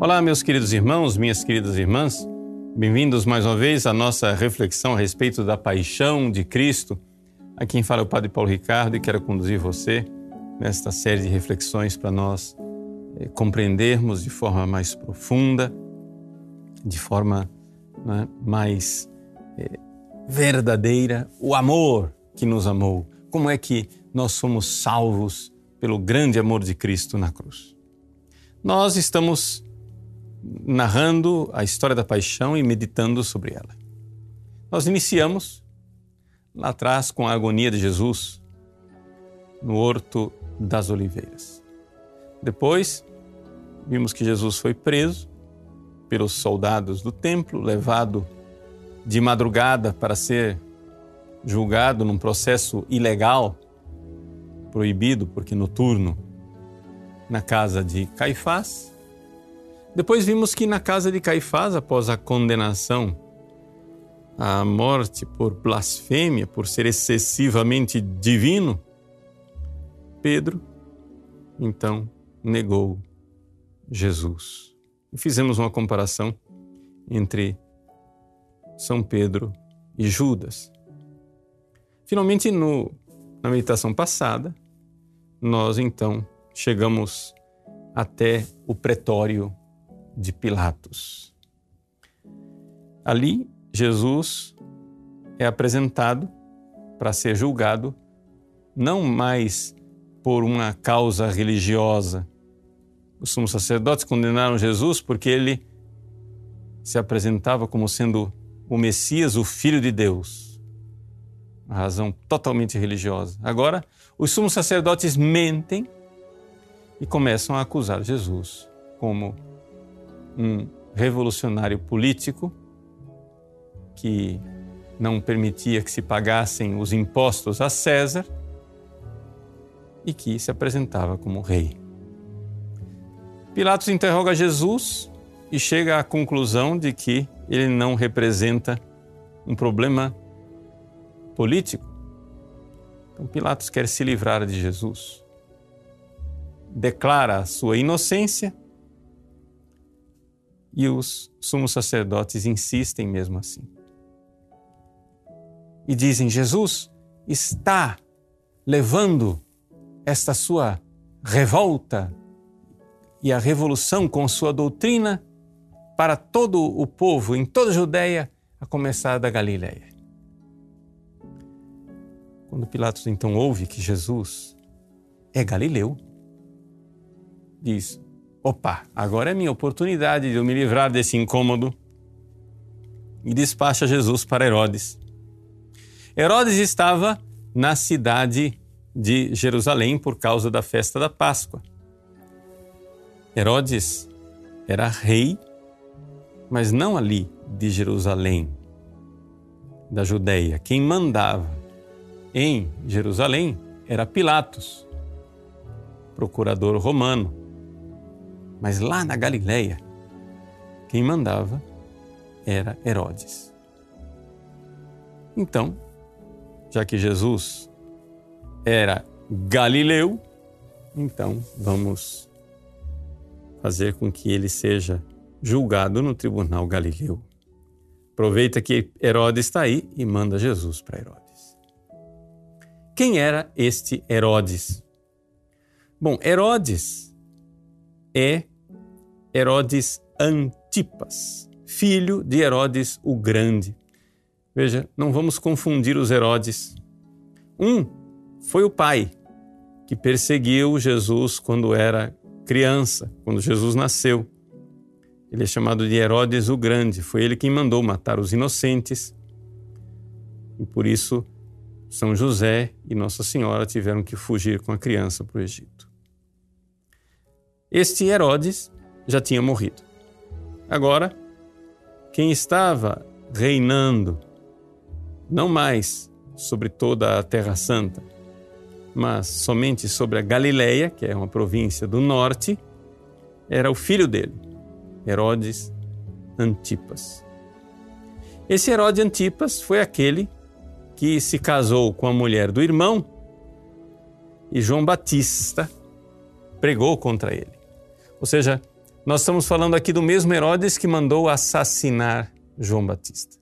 Olá, meus queridos irmãos, minhas queridas irmãs. Bem-vindos mais uma vez à nossa reflexão a respeito da paixão de Cristo. Aqui quem fala é o Padre Paulo Ricardo e quero conduzir você nesta série de reflexões para nós compreendermos de forma mais profunda, de forma mais verdadeira, o amor que nos amou. Como é que nós somos salvos pelo grande amor de Cristo na cruz. Nós estamos narrando a história da paixão e meditando sobre ela. Nós iniciamos lá atrás com a agonia de Jesus no Horto das Oliveiras. Depois, vimos que Jesus foi preso pelos soldados do templo, levado de madrugada para ser julgado num processo ilegal, proibido porque noturno, na casa de Caifás. Depois vimos que na casa de Caifás, após a condenação à morte por blasfêmia, por ser excessivamente divino, Pedro, então, negou Jesus. E fizemos uma comparação entre São Pedro e Judas. Finalmente, na meditação passada, nós então chegamos até o pretório de Pilatos. Ali, Jesus é apresentado para ser julgado não mais por uma causa religiosa. Os sumos sacerdotes condenaram Jesus porque ele se apresentava como sendo o Messias, o Filho de Deus. Uma razão totalmente religiosa. Agora, os sumos sacerdotes mentem e começam a acusar Jesus como um revolucionário político que não permitia que se pagassem os impostos a César e que se apresentava como rei. Pilatos interroga Jesus e chega à conclusão de que ele não representa um problema político. Então Pilatos quer se livrar de Jesus. Declara a sua inocência e os sumos sacerdotes insistem mesmo assim. E dizem, Jesus está levando esta sua revolta e a revolução com sua doutrina para todo o povo, em toda a Judeia, a começar da Galileia. Quando Pilatos então ouve que Jesus é galileu, diz, opa, agora é minha oportunidade de eu me livrar desse incômodo, e despacha Jesus para Herodes. Herodes estava na cidade de Jerusalém por causa da festa da Páscoa. Herodes era rei, mas não ali de Jerusalém, da Judeia. Quem mandava em Jerusalém era Pilatos, procurador romano. Mas lá na Galileia, quem mandava era Herodes. Então, já que Jesus era galileu, então vamos fazer com que ele seja julgado no tribunal galileu. Aproveita que Herodes está aí e manda Jesus para Herodes. Quem era este Herodes? Bom, Herodes é Herodes Antipas, filho de Herodes o Grande. Veja, não vamos confundir os Herodes. Um foi o pai que perseguiu Jesus quando era criança, quando Jesus nasceu. Ele é chamado de Herodes o Grande. Foi ele quem mandou matar os inocentes. E por isso, São José e Nossa Senhora tiveram que fugir com a criança para o Egito. Este Herodes já tinha morrido. Agora, quem estava reinando, não mais sobre toda a Terra Santa, mas somente sobre a Galileia, que é uma província do norte, era o filho dele, Herodes Antipas. Esse Herodes Antipas foi aquele que se casou com a mulher do irmão e João Batista pregou contra ele. Ou seja, Nós estamos falando aqui do mesmo Herodes que mandou assassinar João Batista.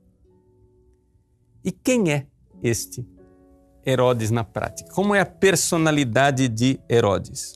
E quem é este Herodes na prática? Como é a personalidade de Herodes?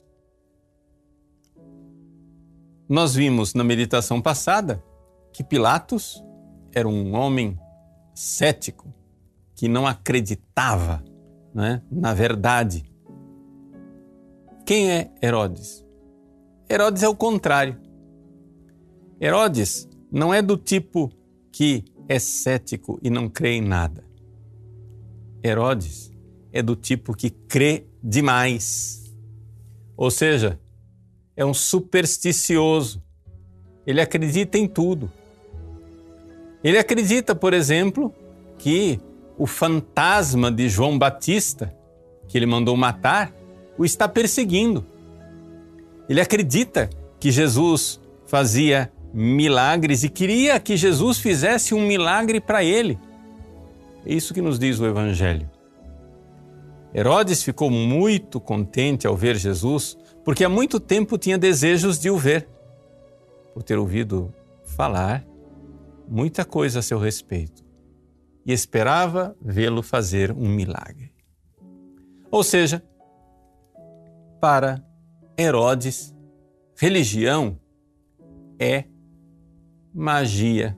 Nós vimos na meditação passada que Pilatos era um homem cético, que não acreditava, né, na verdade. Quem é Herodes? Herodes é o contrário. Herodes não é do tipo que é cético e não crê em nada. Herodes é do tipo que crê demais. Ou seja, é um supersticioso. Ele acredita em tudo. Ele acredita, por exemplo, que o fantasma de João Batista, que ele mandou matar, o está perseguindo. Ele acredita que Jesus fazia milagres e queria que Jesus fizesse um milagre para ele. É isso que nos diz o Evangelho. Herodes ficou muito contente ao ver Jesus, porque há muito tempo tinha desejos de o ver, por ter ouvido falar muita coisa a seu respeito, e esperava vê-lo fazer um milagre. Ou seja, para Herodes, religião é magia.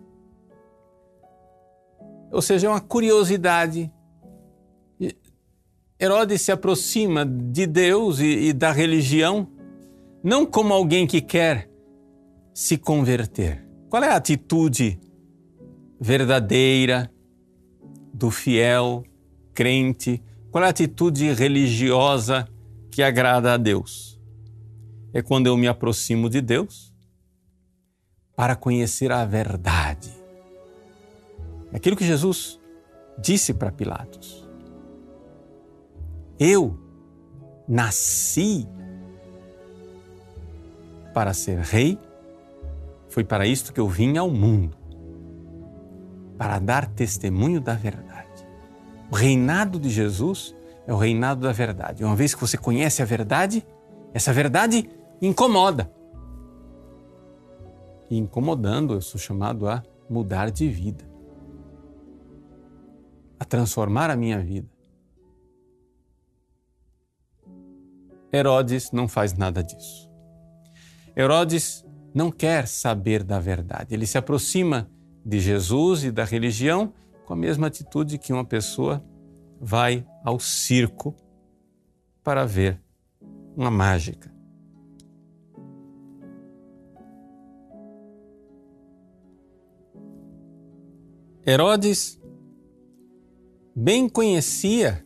Ou seja, é uma curiosidade. Herodes se aproxima de Deus e da religião não como alguém que quer se converter. Qual é a atitude verdadeira do fiel crente? Qual é a atitude religiosa que agrada a Deus? É quando eu me aproximo de Deus para conhecer a verdade. Aquilo que Jesus disse para Pilatos. Eu nasci para ser rei, foi para isto que eu vim ao mundo, para dar testemunho da verdade. O reinado de Jesus é o reinado da verdade. Uma vez que você conhece a verdade, essa verdade incomoda. E incomodando, eu sou chamado a mudar de vida, a transformar a minha vida. Herodes não faz nada disso. Herodes não quer saber da verdade. Ele se aproxima de Jesus e da religião com a mesma atitude que uma pessoa vai ao circo para ver uma mágica. Herodes bem conhecia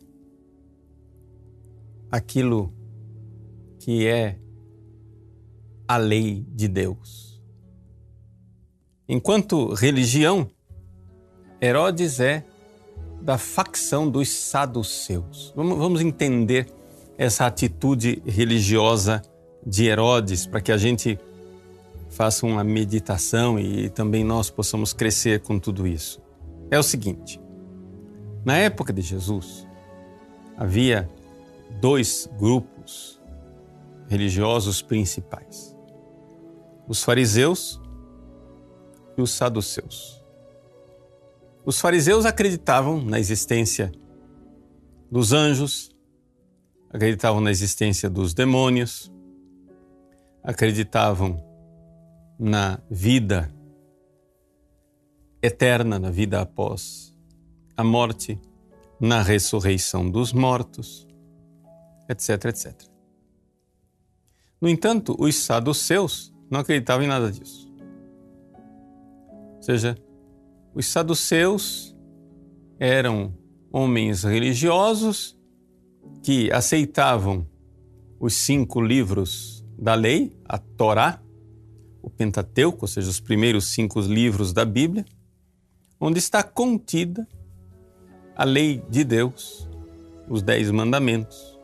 aquilo que é a lei de Deus. Enquanto religião, Herodes é da facção dos saduceus. Vamos entender essa atitude religiosa de Herodes para que a gente faça uma meditação e também nós possamos crescer com tudo isso. É o seguinte, na época de Jesus, havia dois grupos religiosos principais: os fariseus e os saduceus. Os fariseus acreditavam na existência dos anjos, acreditavam na existência dos demônios, acreditavam na vida eterna, na vida após a morte, na ressurreição dos mortos, etc, etc. No entanto, os saduceus não acreditavam em nada disso. Ou seja, os saduceus eram homens religiosos que aceitavam os 5 livros da lei, a Torá, o Pentateuco, ou seja, os primeiros 5 livros da Bíblia, onde está contida a lei de Deus, os 10 mandamentos.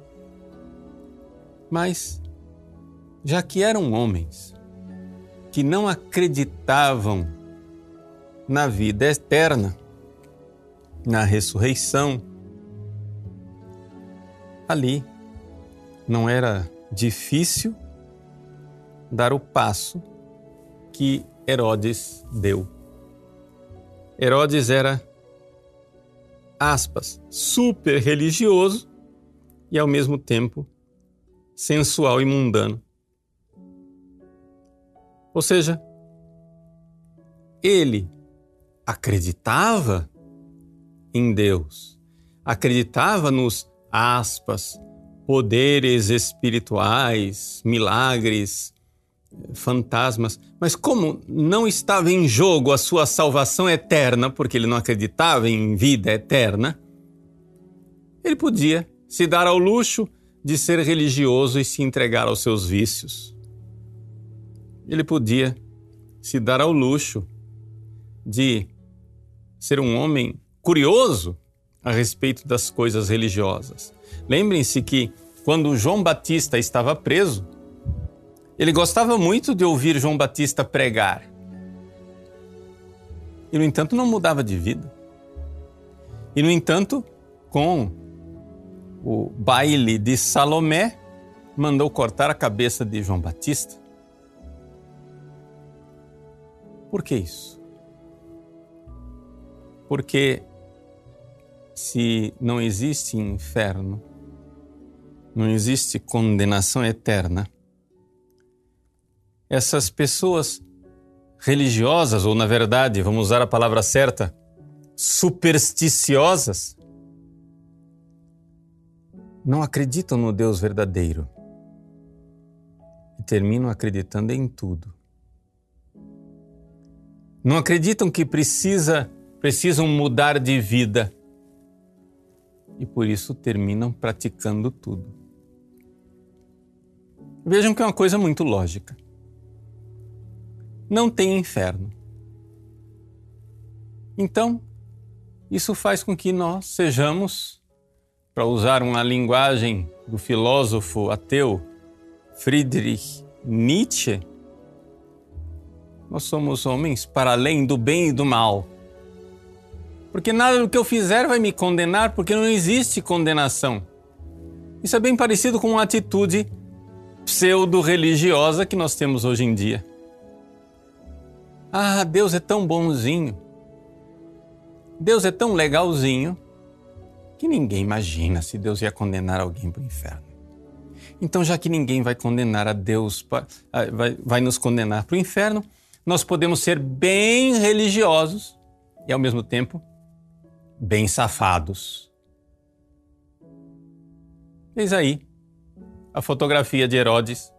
Mas, já que eram homens que não acreditavam na vida eterna, na ressurreição, ali não era difícil dar o passo que Herodes deu. Herodes era, aspas, super religioso e ao mesmo tempo sensual e mundano. Ou seja, ele acreditava em Deus, acreditava nos, aspas, poderes espirituais, milagres, fantasmas, mas como não estava em jogo a sua salvação eterna, porque ele não acreditava em vida eterna, ele podia se dar ao luxo de ser religioso e se entregar aos seus vícios. Ele podia se dar ao luxo de ser um homem curioso a respeito das coisas religiosas. Lembrem-se que quando João Batista estava preso, ele gostava muito de ouvir João Batista pregar. E, no entanto, não mudava de vida. E, no entanto, com o baile de Salomé, mandou cortar a cabeça de João Batista. Por que isso? Porque se não existe inferno, não existe condenação eterna, essas pessoas religiosas, ou na verdade, vamos usar a palavra certa, supersticiosas, não acreditam no Deus verdadeiro e terminam acreditando em tudo. Não acreditam que precisam mudar de vida e por isso terminam praticando tudo. Vejam que é uma coisa muito lógica. Não tem inferno. Então, isso faz com que nós sejamos, para usar uma linguagem do filósofo ateu Friedrich Nietzsche, nós somos homens para além do bem e do mal. Porque nada do que eu fizer vai me condenar, porque não existe condenação. Isso é bem parecido com uma atitude pseudo-religiosa que nós temos hoje em dia. Ah, Deus é tão bonzinho. Deus é tão legalzinho que ninguém imagina se Deus ia condenar alguém para o inferno. Então, já que ninguém vai condenar a Deus, vai nos condenar para o inferno, nós podemos ser bem religiosos e, ao mesmo tempo, bem safados. Eis aí a fotografia de Herodes.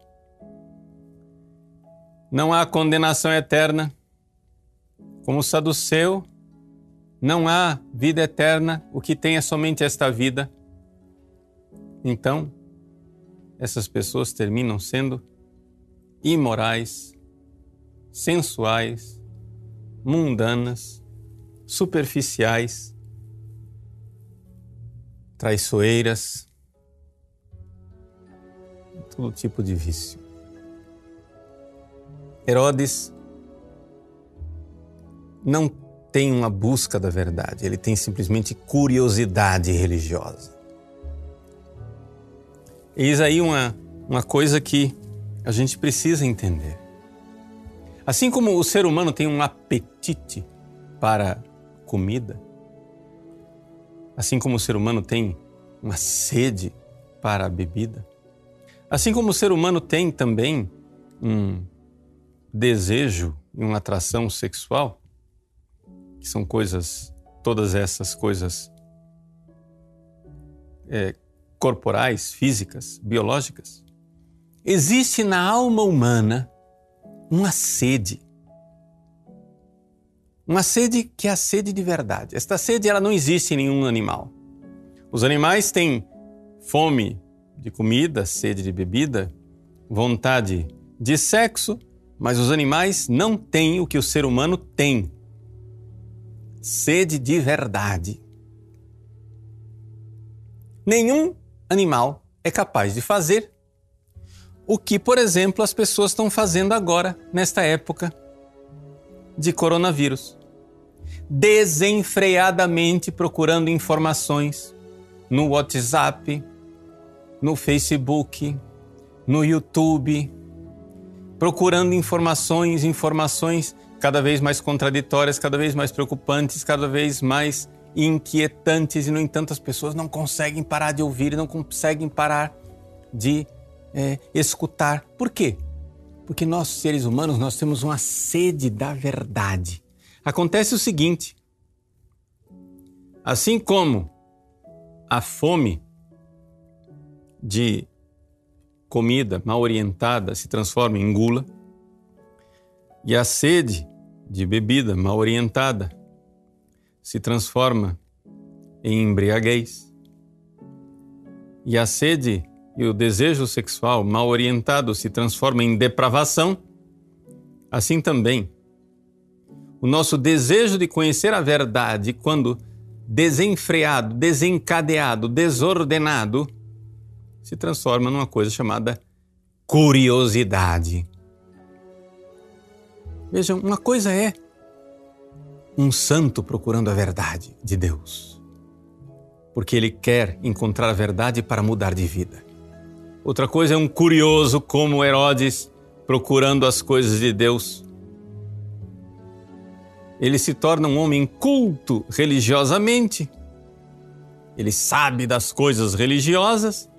Não há condenação eterna. Como saduceu, não há vida eterna, o que tem é somente esta vida. Então, essas pessoas terminam sendo imorais, sensuais, mundanas, superficiais, traiçoeiras, todo tipo de vício. Herodes não tem uma busca da verdade, ele tem simplesmente curiosidade religiosa. Eis aí uma coisa que a gente precisa entender. Assim como o ser humano tem um apetite para comida, assim como o ser humano tem uma sede para a bebida, assim como o ser humano tem também um desejo e uma atração sexual, que são coisas, todas essas coisas corporais, físicas, biológicas, existe na alma humana uma sede. Uma sede que é a sede de verdade. Esta sede ela não existe em nenhum animal. Os animais têm fome de comida, sede de bebida, vontade de sexo, mas os animais não têm o que o ser humano tem. Sede de verdade. Nenhum animal é capaz de fazer o que, por exemplo, as pessoas estão fazendo agora, nesta época de coronavírus. Desenfreadamente procurando informações no WhatsApp, no Facebook, no YouTube, procurando informações cada vez mais contraditórias, cada vez mais preocupantes, cada vez mais inquietantes, e, no entanto, as pessoas não conseguem parar de ouvir, não conseguem parar de escutar. Por quê? Porque nós, seres humanos, nós temos uma sede da verdade. Acontece o seguinte: assim como a fome de comida mal orientada se transforma em gula, e a sede de bebida mal orientada se transforma em embriaguez, e a sede e o desejo sexual mal orientado se transforma em depravação, assim também o nosso desejo de conhecer a verdade, quando desenfreado, desencadeado, desordenado, se transforma numa coisa chamada curiosidade. Vejam, uma coisa é um santo procurando a verdade de Deus, porque ele quer encontrar a verdade para mudar de vida. Outra coisa é um curioso como Herodes procurando as coisas de Deus. Ele se torna um homem culto religiosamente, ele sabe das coisas religiosas,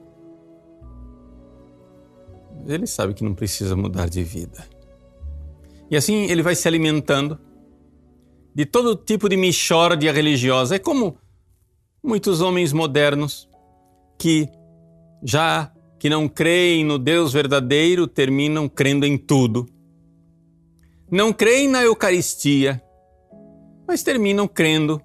ele sabe que não precisa mudar de vida. E assim ele vai se alimentando de todo tipo de mixórdia religiosa. É como muitos homens modernos que não creem no Deus verdadeiro terminam crendo em tudo. Não creem na Eucaristia, mas terminam crendo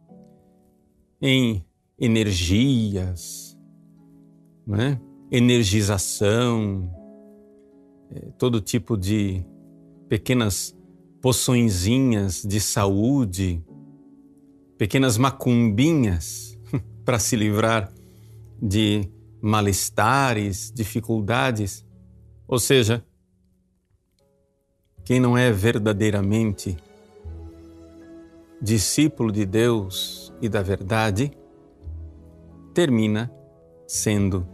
em energias, né? Energização, todo tipo de pequenas poçõezinhas de saúde, pequenas macumbinhas para se livrar de malestares, dificuldades. Ou seja, quem não é verdadeiramente discípulo de Deus e da verdade, termina sendo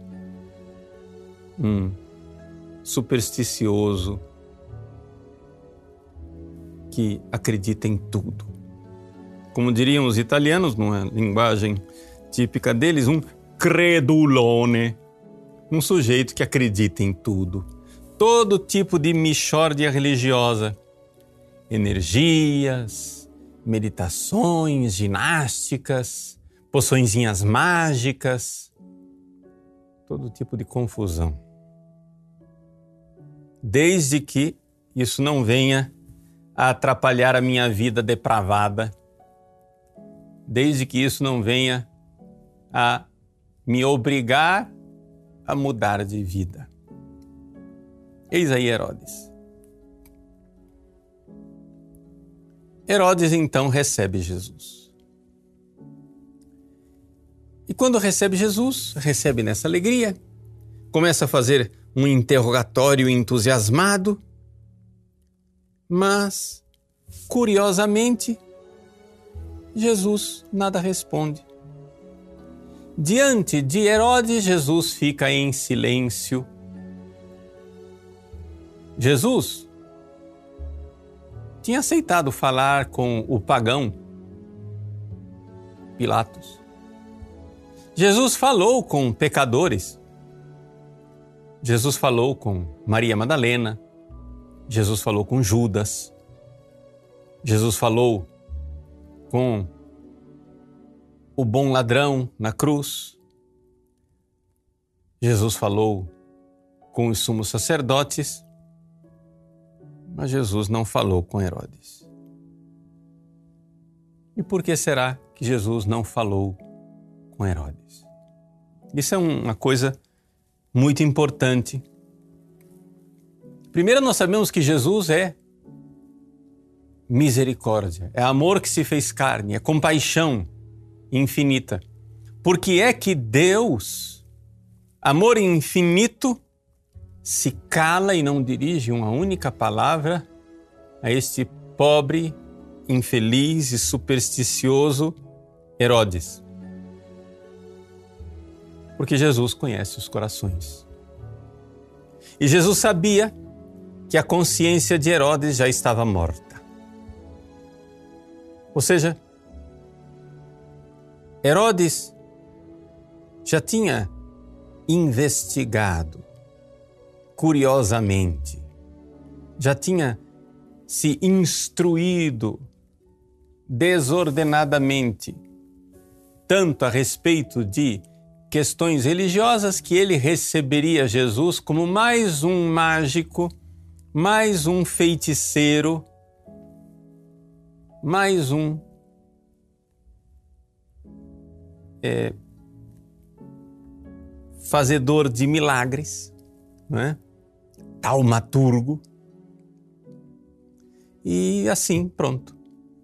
um supersticioso que acredita em tudo. Como diriam os italianos, numa linguagem típica deles, um credulone, um sujeito que acredita em tudo. Todo tipo de mixórdia religiosa, energias, meditações, ginásticas, poçõezinhas mágicas, todo tipo de confusão. Desde que isso não venha a atrapalhar a minha vida depravada, desde que isso não venha a me obrigar a mudar de vida. Eis aí Herodes. Herodes então recebe Jesus. E quando recebe Jesus, recebe nessa alegria, começa a fazer um interrogatório entusiasmado, mas, curiosamente, Jesus nada responde. Diante de Herodes, Jesus fica em silêncio. Jesus tinha aceitado falar com o pagão Pilatos. Jesus falou com pecadores. Jesus falou com Maria Madalena. Jesus falou com Judas. Jesus falou com o bom ladrão na cruz. Jesus falou com os sumos sacerdotes, mas Jesus não falou com Herodes. E por que será que Jesus não falou com Herodes? Isso é uma coisa muito importante. Primeiro, nós sabemos que Jesus é misericórdia, é amor que se fez carne, é compaixão infinita. Porque é que Deus, amor infinito, se cala e não dirige uma única palavra a este pobre, infeliz e supersticioso Herodes. Porque Jesus conhece os corações. E Jesus sabia que a consciência de Herodes já estava morta. Ou seja, Herodes já tinha investigado curiosamente, já tinha se instruído desordenadamente, tanto a respeito de questões religiosas, que ele receberia Jesus como mais um mágico, mais um feiticeiro, mais um fazedor de milagres, não é? Taumaturgo. E assim, pronto.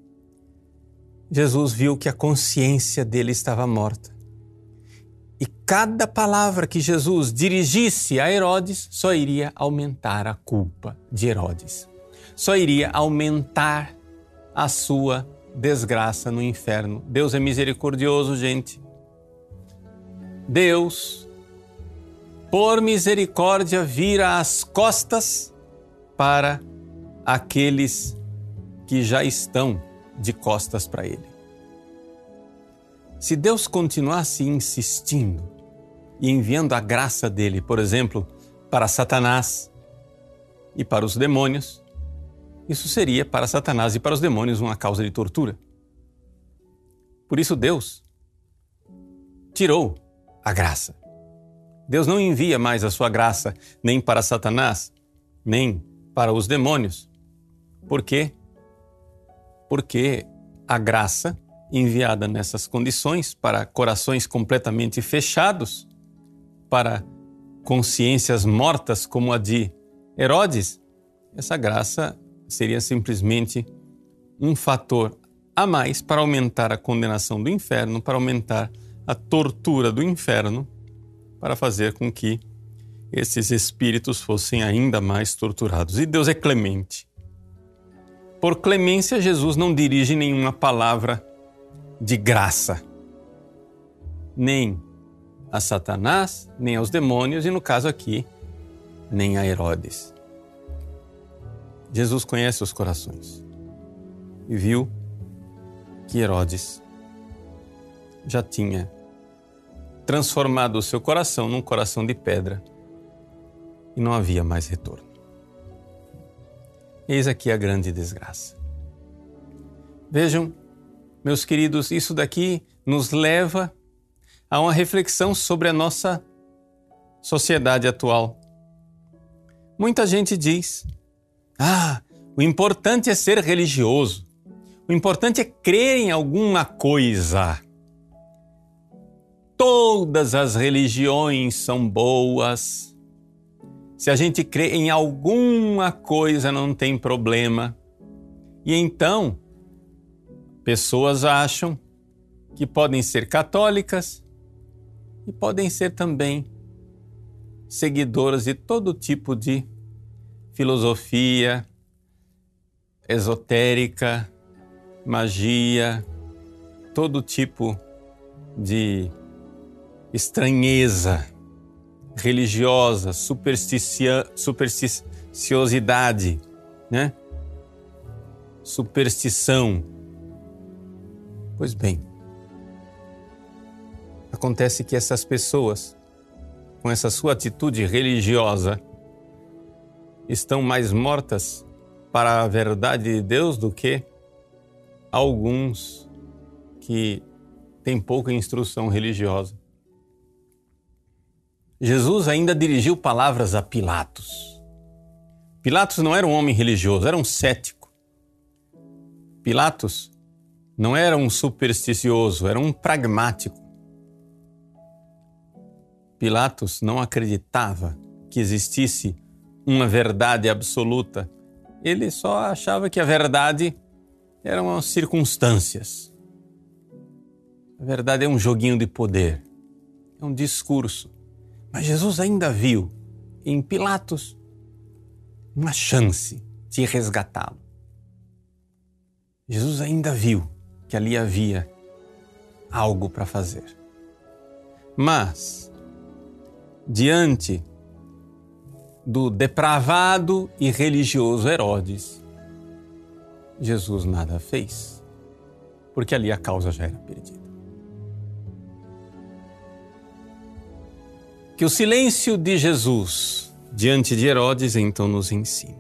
Jesus viu que a consciência dele estava morta. E cada palavra que Jesus dirigisse a Herodes só iria aumentar a culpa de Herodes. Só iria aumentar a sua desgraça no inferno. Deus é misericordioso, gente. Deus, por misericórdia, vira as costas para aqueles que já estão de costas para Ele. Se Deus continuasse insistindo e enviando a graça dele, por exemplo, para Satanás e para os demônios, isso seria para Satanás e para os demônios uma causa de tortura. Por isso Deus tirou a graça. Deus não envia mais a sua graça nem para Satanás, nem para os demônios. Por quê? Porque a graça enviada nessas condições para corações completamente fechados, para consciências mortas como a de Herodes, essa graça seria simplesmente um fator a mais para aumentar a condenação do inferno, para aumentar a tortura do inferno, para fazer com que esses espíritos fossem ainda mais torturados. E Deus é clemente. Por clemência, Jesus não dirige nenhuma palavra de graça, nem a Satanás, nem aos demônios, e no caso aqui, nem a Herodes. Jesus conhece os corações e viu que Herodes já tinha transformado o seu coração num coração de pedra e não havia mais retorno. Eis aqui a grande desgraça. Vejam, meus queridos, isso daqui nos leva a uma reflexão sobre a nossa sociedade atual. Muita gente diz: o importante é ser religioso, o importante é crer em alguma coisa. Todas as religiões são boas. Se a gente crê em alguma coisa, não tem problema. E então, pessoas acham que podem ser católicas e podem ser também seguidoras de todo tipo de filosofia esotérica, magia, todo tipo de estranheza religiosa, supersticiosidade, né? Superstição. Pois bem, acontece que essas pessoas, com essa sua atitude religiosa, estão mais mortas para a verdade de Deus do que alguns que têm pouca instrução religiosa. Jesus ainda dirigiu palavras a Pilatos. Pilatos não era um homem religioso, era um cético. Pilatos não era um supersticioso, era um pragmático. Pilatos não acreditava que existisse uma verdade absoluta. Ele só achava que a verdade eram as circunstâncias. A verdade é um joguinho de poder, é um discurso. Mas Jesus ainda viu em Pilatos uma chance de resgatá-lo. Jesus ainda viu que ali havia algo para fazer. Mas, diante do depravado e religioso Herodes, Jesus nada fez, porque ali a causa já era perdida. Que o silêncio de Jesus diante de Herodes então nos ensine.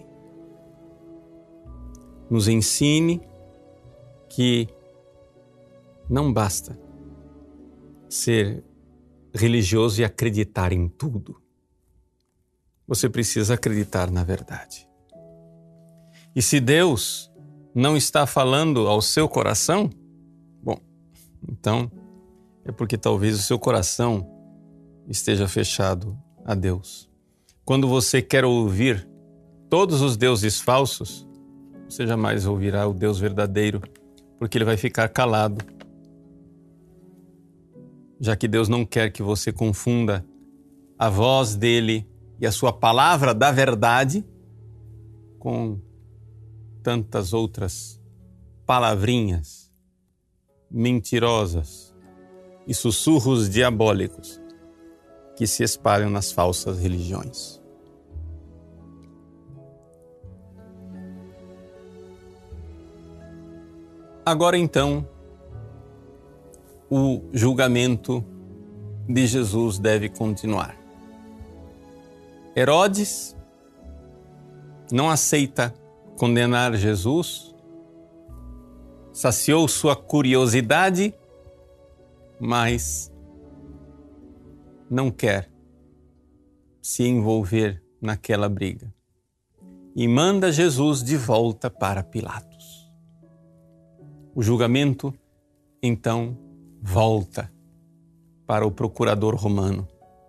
Nos ensine que não basta ser religioso e acreditar em tudo. Você precisa acreditar na verdade. E se Deus não está falando ao seu coração, bom, então é porque talvez o seu coração esteja fechado a Deus. Quando você quer ouvir todos os deuses falsos, você jamais ouvirá o Deus verdadeiro, porque ele vai ficar calado. Já que Deus não quer que você confunda a voz dele e a sua palavra da verdade com tantas outras palavrinhas mentirosas e sussurros diabólicos que se espalham nas falsas religiões. Agora então, o julgamento de Jesus deve continuar. Herodes não aceita condenar Jesus, saciou sua curiosidade, mas não quer se envolver naquela briga e manda Jesus de volta para Pilatos. O julgamento, então, volta para o procurador romano.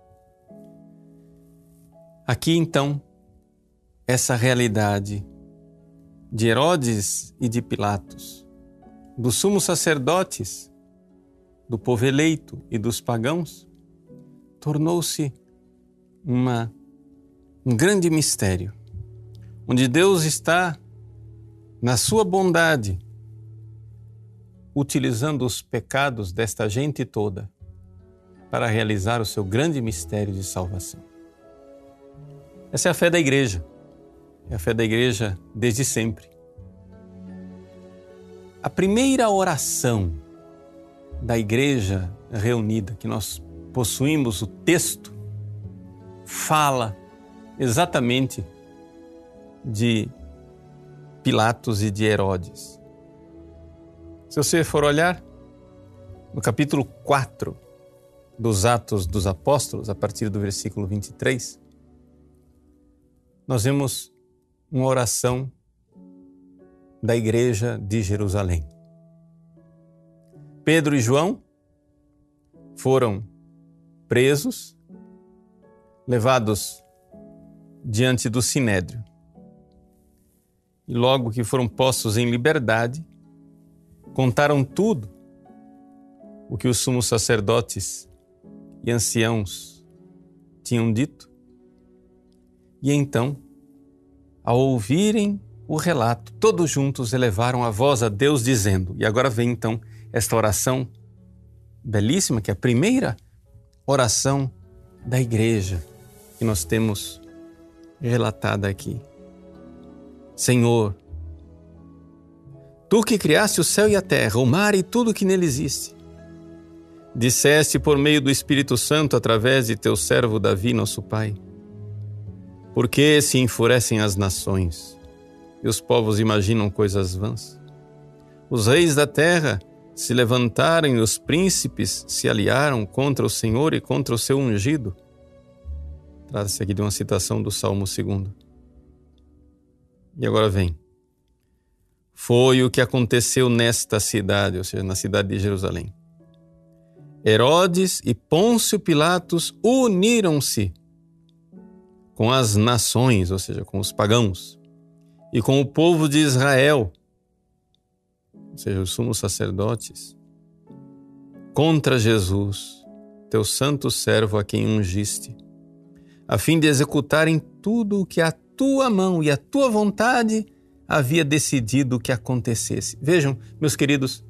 Aqui, então, essa realidade de Herodes e de Pilatos, dos sumos sacerdotes, do povo eleito e dos pagãos, tornou-se um grande mistério, onde Deus está, na sua bondade, utilizando os pecados desta gente toda para realizar o seu grande mistério de salvação. Essa é a fé da igreja. É a fé da igreja desde sempre. A primeira oração da igreja reunida, que nós possuímos o texto, fala exatamente de Pilatos e de Herodes. Se você for olhar no capítulo 4 dos Atos dos Apóstolos, a partir do versículo 23, nós vemos uma oração da igreja de Jerusalém. Pedro e João foram presos, levados diante do Sinédrio. E logo que foram postos em liberdade, contaram tudo o que os sumos sacerdotes e anciãos tinham dito. E então, ao ouvirem o relato, todos juntos elevaram a voz a Deus dizendo, e agora vem então esta oração belíssima, que é a primeira oração da igreja que nós temos relatada aqui. Senhor, Tu que criaste o céu e a terra, o mar e tudo que nele existe, disseste por meio do Espírito Santo, através de Teu servo Davi, nosso pai, por que se enfurecem as nações e os povos imaginam coisas vãs? Os reis da terra se levantaram e os príncipes se aliaram contra o Senhor e contra o seu ungido. Trata-se aqui de uma citação do Salmo 2. E agora vem. Foi o que aconteceu nesta cidade, ou seja, na cidade de Jerusalém. Herodes e Pôncio Pilatos uniram-se com as nações, ou seja, com os pagãos, e com o povo de Israel, ou seja, os sumos sacerdotes, contra Jesus, teu santo servo a quem ungiste, a fim de executarem tudo o que a tua mão e a tua vontade havia decidido que acontecesse. Vejam, meus queridos,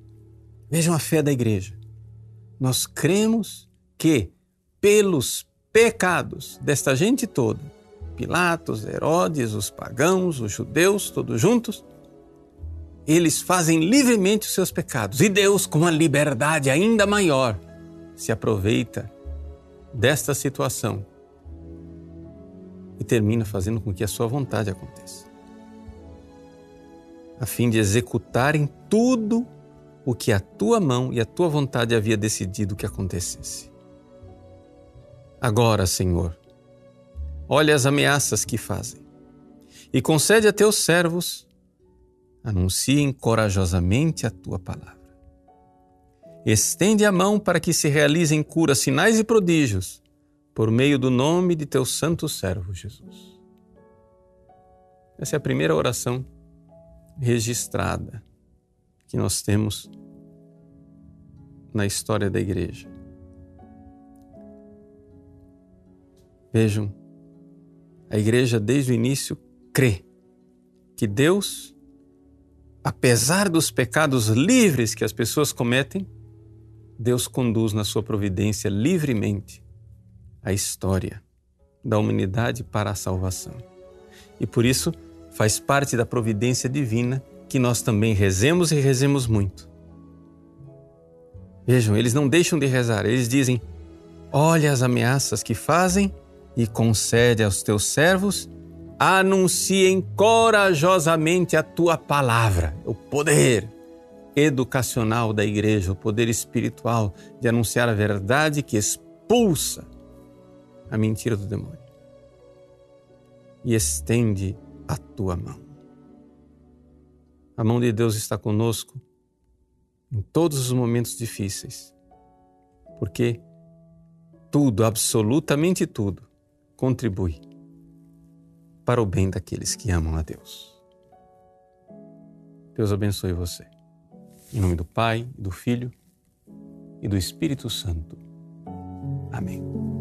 vejam a fé da igreja. Nós cremos que, pelos pecados desta gente toda, Pilatos, Herodes, os pagãos, os judeus, todos juntos, eles fazem livremente os seus pecados. E Deus, com uma liberdade ainda maior, se aproveita desta situação e termina fazendo com que a sua vontade aconteça, a fim de executarem tudo o que a tua mão e a tua vontade havia decidido que acontecesse. Agora, Senhor, olha as ameaças que fazem e concede a teus servos anunciem corajosamente a tua palavra. Estende a mão para que se realizem curas, sinais e prodígios por meio do nome de teu santo servo Jesus. Essa é a primeira oração registrada que nós temos na história da igreja. Vejam, a igreja desde o início crê que Deus, apesar dos pecados livres que as pessoas cometem, Deus conduz na sua providência livremente a história da humanidade para a salvação. E por isso faz parte da providência divina que nós também rezemos e rezemos muito. Vejam, eles não deixam de rezar, eles dizem: olha as ameaças que fazem e concede aos teus servos, anunciem corajosamente a tua palavra. O poder educacional da igreja, o poder espiritual de anunciar a verdade que expulsa a mentira do demônio. E estende a tua mão. A mão de Deus está conosco em todos os momentos difíceis, porque tudo, absolutamente tudo, contribui para o bem daqueles que amam a Deus. Deus abençoe você. Em nome do Pai, do Filho e do Espírito Santo. Amém.